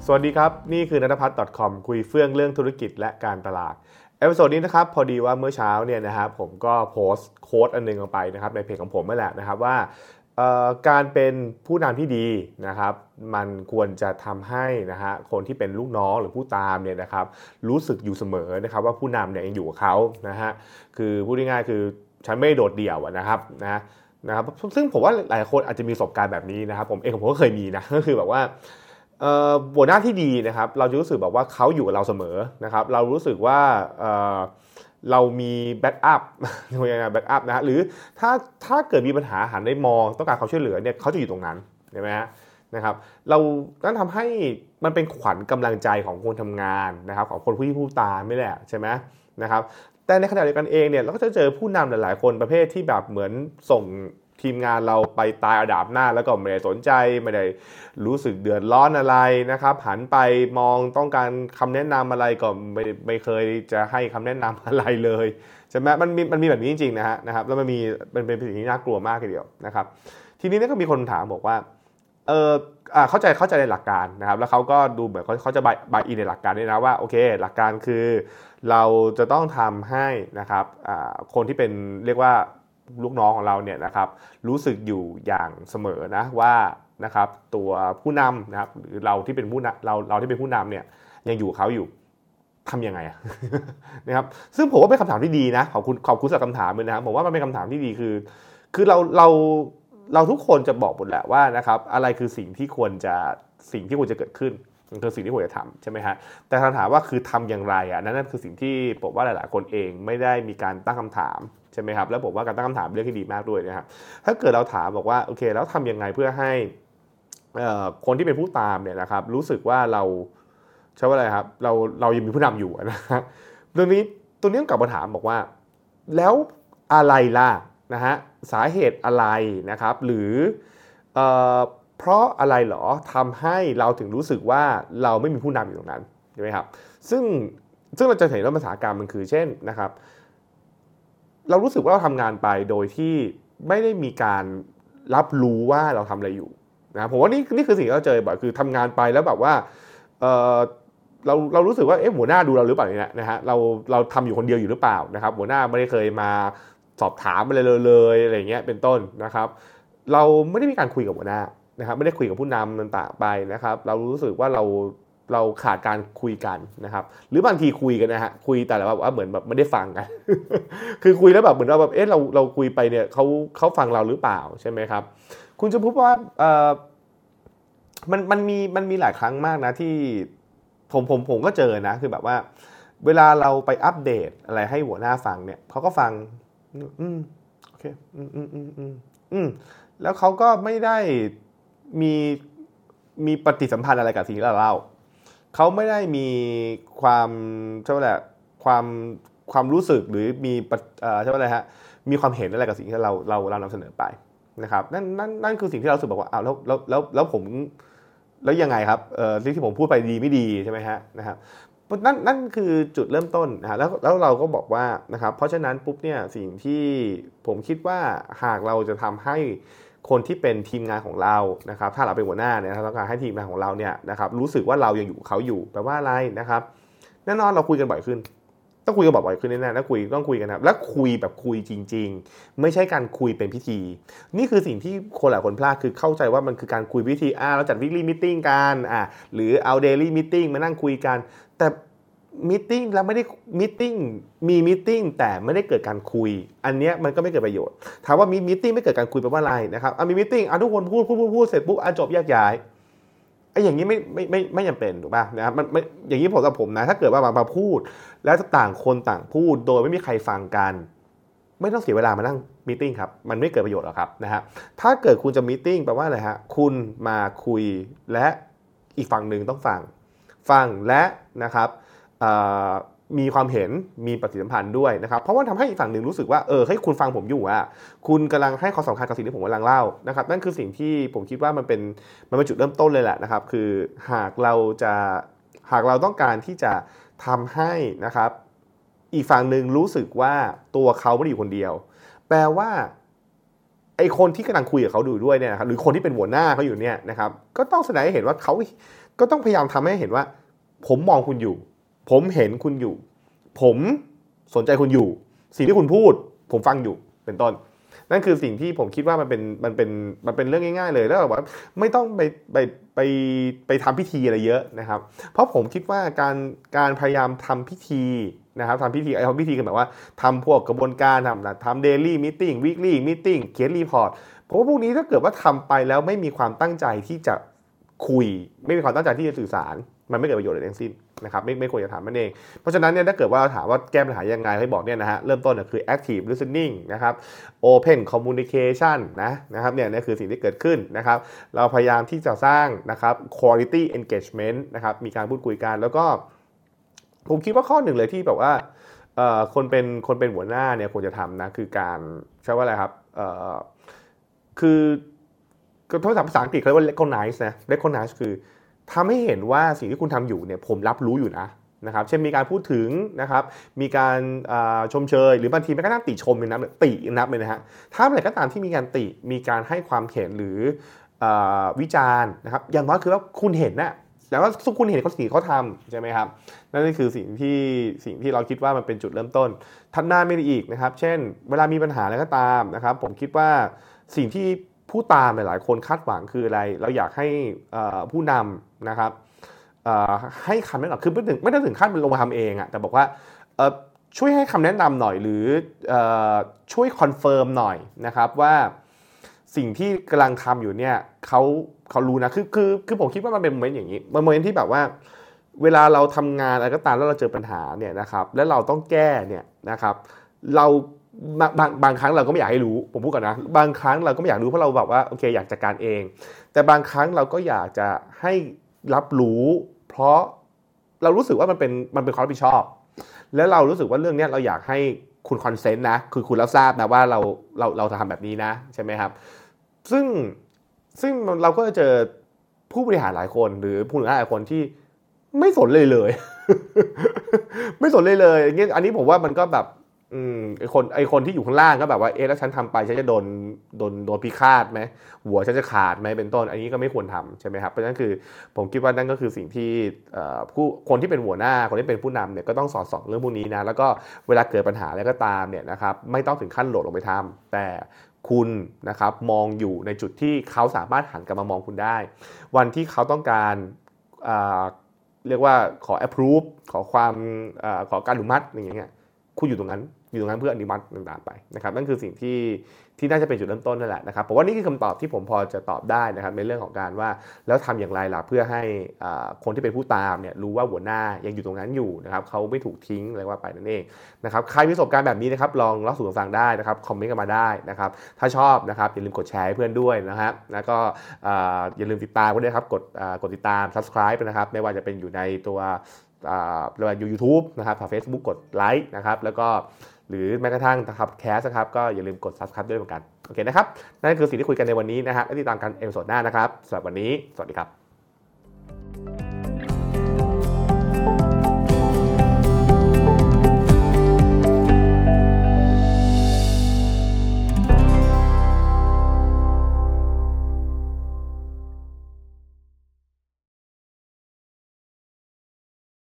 สวัสดีครับนี่คือนัทพัฒน์ .com คุยเฟื่องเรื่องธุรกิจและการตลาดเอพิโซดนี้นะครับพอดีว่าเมื่อเช้าเนี่ยนะครับผมก็โพสต์โค้ดอันนึงออกไปนะครับในเพจของผมนั่นแหละนะครับว่าการเป็นผู้นำที่ดีนะครับมันควรจะทำให้นะฮะคนที่เป็นลูกน้องหรือผู้ตามเนี่ยนะครับรู้สึกอยู่เสมอนะครับว่าผู้นำเนี่ยยังอยู่กับเขานะฮะคือพูดง่ายๆคือฉันไม่โดดเดี่ยวนะครับซึ่งผมว่าหลายคนอาจจะมีประสบการณ์แบบนี้นะครับผมก็เคยมีนะก็คือแบบว่าหัวหน้าที่ดีนะครับเราจะรู้สึกแบบว่าเขาอยู่กับเราเสมอนะครับเรารู้สึกว่าเรามีแบ็กอัพยังไงแบ็กอัพนะหรือถ้าเกิดมีปัญหาหันได้มองต้องการความช่วยเหลือเนี่ยเขาจะอยู่ตรงนั้นใช่ไหมฮะนะครับเราต้องทำให้มันเป็นขวัญกำลังใจของคนทำงานนะครับของคนผู้ตามไม่แหละใช่ไหมนะครับแต่ในขณะเดียวกันเองเนี่ยเราก็จะเจอผู้นำหลายๆคนประเภทที่แบบเหมือนส่งทีมงานเราไปตายอาดาบหน้าแล้วก็ไม่ได้สนใจไม่ได้รู้สึกเดือดร้อนอะไรนะครับหันไปมองต้องการคำแนะนำอะไรก็ไม่เคยจะให้คำแนะนำอะไรเลยใช่ไหมมันมีแบบนี้จริงๆนะครับแล้วมันเป็นสิ่งที่น่ากลัวมากทีเดียวนะครับทีนี้ก็มีคนถามบอกว่าเข้าใจในหลักการนะครับแล้วเขาก็ดูเหมือนเขาจะบายอินในหลักการด้วยนะว่าโอเคหลักการคือเราจะต้องทำให้นะครับคนที่เป็นเรียกว่าลูกน้องของเราเนี่ยนะครับรู้สึกอยู่อย่างเสมอนะว่านะครับตัวผู้นำนะครับหรือเราที่เป็นผู้นำเราที่เป็นผู้นำเนี่ยยังอยู่เขาอยู่ทำยังไงนะครับซึ่งผมว่าเป็นคำถามที่ดีนะขอบคุณสำหรับคำถามเลยนะครับผมว่ามันเป็นคำถามที่ดีคือเราทุกคนจะบอกหมดแหละว่านะครับอะไรคือสิ่งที่ควรจะเกิดขึ้นมันคือสิ่งที่ควรจะทำใช่ไหมฮะแต่คำถามว่าคือทำอย่างไรนั่นคือสิ่งที่ผมว่าหลายๆคนเองไม่ได้มีการตั้งคำถามใช่ไหมครับแล้วผมว่าการตั้งคำถามเป็นเรื่องที่ดีมากด้วยนะครับถ้าเกิดเราถามบอกว่าโอเคแล้วทำยังไงเพื่อให้คนที่เป็นผู้ตามเนี่ยนะครับรู้สึกว่าเราใช่ว่าอะไรครับเรายังมีผู้นำอยู่นะครับตัวนี้ต้องกลับมาถามบอกว่าแล้วอะไรล่ะนะฮะสาเหตุอะไรนะครับหรือเอ่อเพราะอะไรหรอทำให้เราถึงรู้สึกว่าเราไม่มีผู้นำอยู่ตรงนั้นใช่ไหมครับซึ่งเราจะเห็นว่าภาษาการมันคือเช่นนะครับเรารู้สึกว่าเราทำงานไปโดยที่ไม่ได้มีการรับรู้ว่าเราทำอะไรอยู่นะผมว่านี่คือสิ่งที่เราเจอบ่อยคือทำงานไปแล้วแบบว่าเอ่อเรารู้สึกว่าหัวหน้าดูเราหรือเปล่าเนี่ยนะฮะเราทำอยู่คนเดียวอยู่หรือเปล่านะครับหัวหน้าไม่ได้เคยมาสอบถามอะไรเลยอะไรเงี้ยเป็นต้นนะครับเราไม่ได้มีการคุยกับหัวหน้านะครับไม่ได้คุยกับผู้นำต่างๆไปนะครับเรารู้สึกว่าเราขาดการคุยกันนะครับหรือบางทีคุยกันนะฮะคุยแต่แบบว่าเหมือนแบบไม่ได้ฟังกัน คือคุยแล้วแบบเหมือนว่าแบบเราคุยไปเนี่ยเขาฟังเราหรือเปล่าใช่ไหมครับคุณจะพบว่ามันมีหลายครั้งมากนะที่ผมก็เจอนะคือแบบว่าเวลาเราไปอัปเดตอะไรให้หัวหน้าฟังเนี่ยเขาก็ฟังโอเคแล้วเขาก็ไม่ได้มีมีปฏิสัมพันธ์อะไรกับสิ่งที่เราเล่าเขาไม่ได้มีความใช่ไหมแหละความความรู้สึกหรือมีใช่ไหมอะไรฮะมีความเห็นอะไรกับสิ่งที่เรานำเสนอไปนะครับนั่นคือสิ่งที่เรารู้สึกบอกว่าอ้าวแล้วผมแล้วยังไงครับที่ผมพูดไปดีไม่ดีใช่ไหมฮะนะครับนั่นคือจุดเริ่มต้นนะฮะแล้วเราก็บอกว่านะครับเพราะฉะนั้นปุ๊บเนี่ยสิ่งที่ผมคิดว่าหากเราจะทำให้คนที่เป็นทีมงานของเรานะครับถ้าเราเป็นหัวหน้าเนี่ยเราต้องการให้ทีมงานของเราเนี่ยนะครับรู้สึกว่าเรายังอยู่เขาอยู่แปลว่าอะไรนะครับแน่นอนเราคุยกันบ่อยขึ้นต้องคุยกันบ่อยขึ้นแน่ๆแล้วต้องคุยกันครับและคุยแบบคุยจริงๆไม่ใช่การคุยเป็นพิธีนี่คือสิ่งที่คนหลายคนพลาดคือเข้าใจว่ามันคือการคุยพิธีเราจัด weekly meeting กันหรือเอา daily meeting มานั่งคุยกันแต่มีตติ้งแล้วไม่ได้มีตติ้งมีมีตติ้งแต่ไม่ได้เกิดการคุยอันเนี้ยมันก็ไม่เกิดประโยชน์ถามว่ามีมีตติ้งไม่เกิดการคุยแปลว่าอะไรนะครับมีมีตติ้งทุกคนพูดเสร็จปุ๊บจบแยกย้ายอย่างนี้ไม่จำเป็นถูกป่ะนะครับมันอย่างนี้ผมนะถ้าเกิดว่ามาพูดแล้วต่างคนต่างพูดโดยไม่มีใครฟังกันไม่ต้องเสียเวลามานั่งมีตติ้งครับมันไม่เกิดประโยชน์หรอกครับนะฮะถ้าเกิดคุณจะมีตติ้งแปลว่าอะไรฮะคุณมาคุยและอีกฝั่งหนึ่งต้องฟังและนะครับมีความเห็นมีปฏิสัมพันธ์ด้วยนะครับเพราะว่าทำให้อีกฝั่งหนึ่งรู้สึกว่าให้คุณฟังผมอยู่คุณกำลังให้ความสำคัญกับสิ่งที่ผมกำลังเล่านะครับนั่นคือสิ่งที่ผมคิดว่ามันเป็นจุดเริ่มต้นเลยแหละนะครับคือหากเราต้องการที่จะทำให้นะครับอีกฝั่งหนึ่งรู้สึกว่าตัวเขาไม่ได้อยู่คนเดียวแปลว่าไอคนที่กำลังคุยกับเขาดูด้วยเนี่ยนะครับหรือคนที่เป็นหัวหน้าเขาอยู่เนี่ยนะครับก็ต้องแสดงให้เห็นว่าเขาก็ต้องพยายามทำให้เห็นว่าผมมองคุณอยู่ผมเห็นคุณอยู่ผมสนใจคุณอยู่สิ่งที่คุณพูดผมฟังอยู่เป็นต้นนั่นคือสิ่งที่ผมคิดว่ามันเป็นเรื่องง่ายๆเลยแล้วแบบว่าไม่ต้องไปทำพิธีอะไรเยอะนะครับเพราะผมคิดว่าการพยายามทำพิธีนะครับทำพิธีทำพิธีกันแบบว่าทำพวกกระบวนการทำ daily meeting weekly meeting เขียนรีพอร์ตเพราะว่าพวกนี้ถ้าเกิดว่าทำไปแล้วไม่มีความตั้งใจที่จะคุยไม่มีความตั้งใจที่จะสื่อสารมันไม่เกิดประโยชน์อะไรทั้งสิ้นนะครับไม่ควรจะถามมันเองเพราะฉะนั้นเนี่ยถ้าเกิดว่าเราถามว่าแก้ปัญหายังไงให้บอกเนี่ยนะฮะเริ่มต้นคือ active listening นะครับ open communication นะครับเนี่ยนี่คือสิ่งที่เกิดขึ้นนะครับเราพยายามที่จะสร้างนะครับ quality engagement นะครับมีการพูดคุยกันแล้วก็ผมคิดว่าข้อหนึ่งเลยที่แบบว่าคนเป็นหัวหน้าเนี่ยควรจะทำนะคือการใช้ว่าอะไรครับคือภาษาอังกฤษเขาเรียกว่า recognize นะ recognize คือทำให้เห็นว่าสิ่งที่คุณทำอยู่เนี่ยผมรับรู้อยู่นะครับเช่นมีการพูดถึงนะครับมีการชมเชยหรือบางทีแม้กระทั่งติชมเลยนะตินับเลยนะฮะถ้าอะไรก็ตามที่มีการติมีการให้ความเห็นหรือวิจารณ์นะครับอย่างน้อยคือว่าคุณเห็นนะแต่ว่าคุณเห็นสิ่งที่เขาทำใช่ไหมครับนั่นคือสิ่งที่เราคิดว่ามันเป็นจุดเริ่มต้นทัดหน้าไม่ได้อีกนะครับเช่นเวลามีปัญหาอะไรก็ตามนะครับผมคิดว่าสิ่งที่ผู้ตามหลายๆคนคาดหวังคืออะไรเราอยากให้ผู้นำนะครับให้คำแนะนำคือไม่ได้ถึงขั้นลงมาทำเองอะแต่บอกว่าช่วยให้คำแนะนำหน่อยหรือช่วยคอนเฟิร์มหน่อยนะครับว่าสิ่งที่กำลังทำอยู่เนี่ยเขารู้นะคือผมคิดว่ามันเป็นโมเมนต์อย่างนี้โมเมนต์ที่แบบว่าเวลาเราทำงานอะไรก็ตามแล้วเราเจอปัญหาเนี่ยนะครับแล้วเราต้องแก้เนี่ยนะครับเราบางครั้งเราก็ไม่อยากให้รู้ผมพูดก่อนนะบางครั้งเราก็ไม่อยากรู้เพราะเราแบบว่าโอเคอยากจัดการเองแต่บางครั้งเราก็อยากจะให้รับรู้เพราะเรารู้สึกว่ามันเป็นความรับผิดชอบแล้วเรารู้สึกว่าเรื่องนี้เราอยากให้คุณคอนเซนต์นะคือคุณรับทราบนะว่าเราจะทำแบบนี้นะใช่ไหมครับซึ่งเราก็จะเจอผู้บริหารหลายคนหรือผู้บริหารหลายคนที่ไม่สนเลย ไม่สนเลยอย่างเงี้ยอันนี้ผมว่ามันก็แบบไอคนที่อยู่ข้างล่างก็แบบว่าแล้วฉันทำไปฉันจะโดนพิฆาตไหมหัวฉันจะขาดไหมเป็นต้นอันนี้ก็ไม่ควรทำใช่ไหมครับเพราะฉะนั้นคือผมคิดว่านั่นก็คือสิ่งที่คนที่เป็นหัวหน้าคนที่เป็นผู้นำเนี่ยก็ต้องสอดส่องเรื่องพวกนี้นะแล้วก็เวลาเกิดปัญหาอะไรก็ตามเนี่ยนะครับไม่ต้องถึงขั้นโหลดลงไปทำแต่คุณนะครับมองอยู่ในจุดที่เขาสามารถหันกลับมามองคุณได้วันที่เขาต้องการเรียกว่าขอ approve ขอการอนุมัติอย่างเงี้ยคุณอยู่ตรงนั้นเพื่ออนุมัติต่างๆไปนะครับนั่นคือสิ่งที่น่าจะเป็นจุดเริ่มต้นนั่นแหละนะครับผมว่านี่คือคำตอบที่ผมพอจะตอบได้นะครับในเรื่องของการว่าแล้วทำอย่างไรล่ะเพื่อให้คนที่เป็นผู้ตามเนี่ยรู้ว่าหัวหน้ายังอยู่ตรงนั้นอยู่นะครับเขาไม่ถูกทิ้งอะไรว่าไปนั่นเองนะครับใครมีประสบการณ์แบบนี้นะครับลองเล่าสู่กันฟังได้นะครับคอมเมนต์กันมาได้นะครับถ้าชอบนะครับอย่าลืมกดแชร์ให้เพื่อนด้วยนะครับแล้วก็อย่าลืมติดตามด้วยนะครับกดติดตาม subscribe นะครับไม่ว่าจะเป็นอยู่ในตัวหรือว่าอยู่ YouTube นะครับทาง Facebook กดไลค์นะครับแล้วก็หรือแม้กระทั่งนะครับแคสนะครับก็อย่าลืมกด Subscribe ด้วยเหมือนกันโอเคนะครับนั่นคือสิ่งที่คุยกันในวันนี้นะฮะและติดตามกันเอพิโซดหน้านะครับสำหรับวันนี้สวัสดีครับ